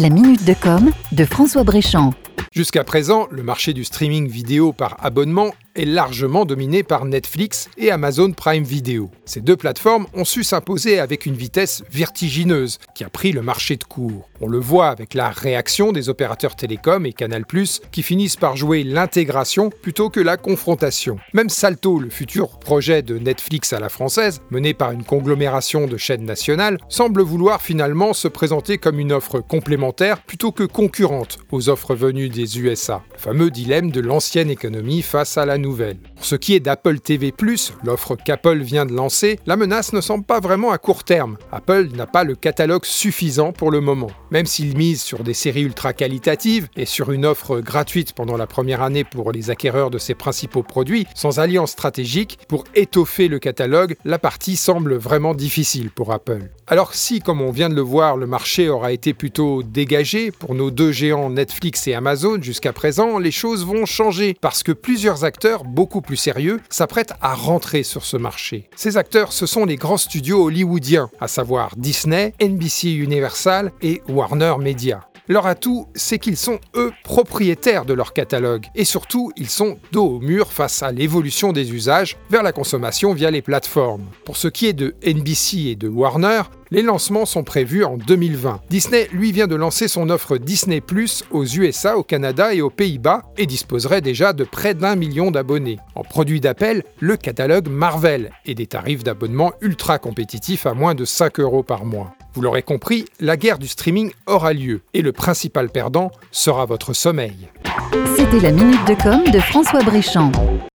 La minute de com de François Bréchamp. Jusqu'à présent, le marché du streaming vidéo par abonnement est largement dominé par Netflix et Amazon Prime Video. Ces deux plateformes ont su s'imposer avec une vitesse vertigineuse qui a pris le marché de court. On le voit avec la réaction des opérateurs télécoms et Canal+, qui finissent par jouer l'intégration plutôt que la confrontation. Même Salto, le futur projet de Netflix à la française, mené par une conglomération de chaînes nationales, semble vouloir finalement se présenter comme une offre complémentaire plutôt que concurrente aux offres venues des USA. Le fameux dilemme de l'ancienne économie face à la nouvelle. Pour ce qui est d'Apple TV+, l'offre qu'Apple vient de lancer, la menace ne semble pas vraiment à court terme. Apple n'a pas le catalogue suffisant pour le moment. Même s'il mise sur des séries ultra qualitatives et sur une offre gratuite pendant la première année pour les acquéreurs de ses principaux produits, sans alliance stratégique pour étoffer le catalogue, la partie semble vraiment difficile pour Apple. Alors si, comme on vient de le voir, le marché aura été plutôt dégagé pour nos deux géants Netflix et Amazon jusqu'à présent, les choses vont changer parce que plusieurs acteurs beaucoup plus sérieux s'apprêtent à rentrer sur ce marché. Ces acteurs, ce sont les grands studios hollywoodiens, à savoir Disney, NBC Universal et Warner Media. Leur atout, c'est qu'ils sont, eux, propriétaires de leur catalogue. Et surtout, ils sont dos au mur face à l'évolution des usages vers la consommation via les plateformes. Pour ce qui est de NBC et de Warner, les lancements sont prévus en 2020. Disney, lui, vient de lancer son offre Disney+, aux USA, au Canada et aux Pays-Bas et disposerait déjà de près d'1 million d'abonnés. En produit d'appel, le catalogue Marvel et des tarifs d'abonnement ultra compétitifs à moins de 5 € par mois. Vous l'aurez compris, la guerre du streaming aura lieu et le principal perdant sera votre sommeil. C'était la minute de com de François Bréchamp.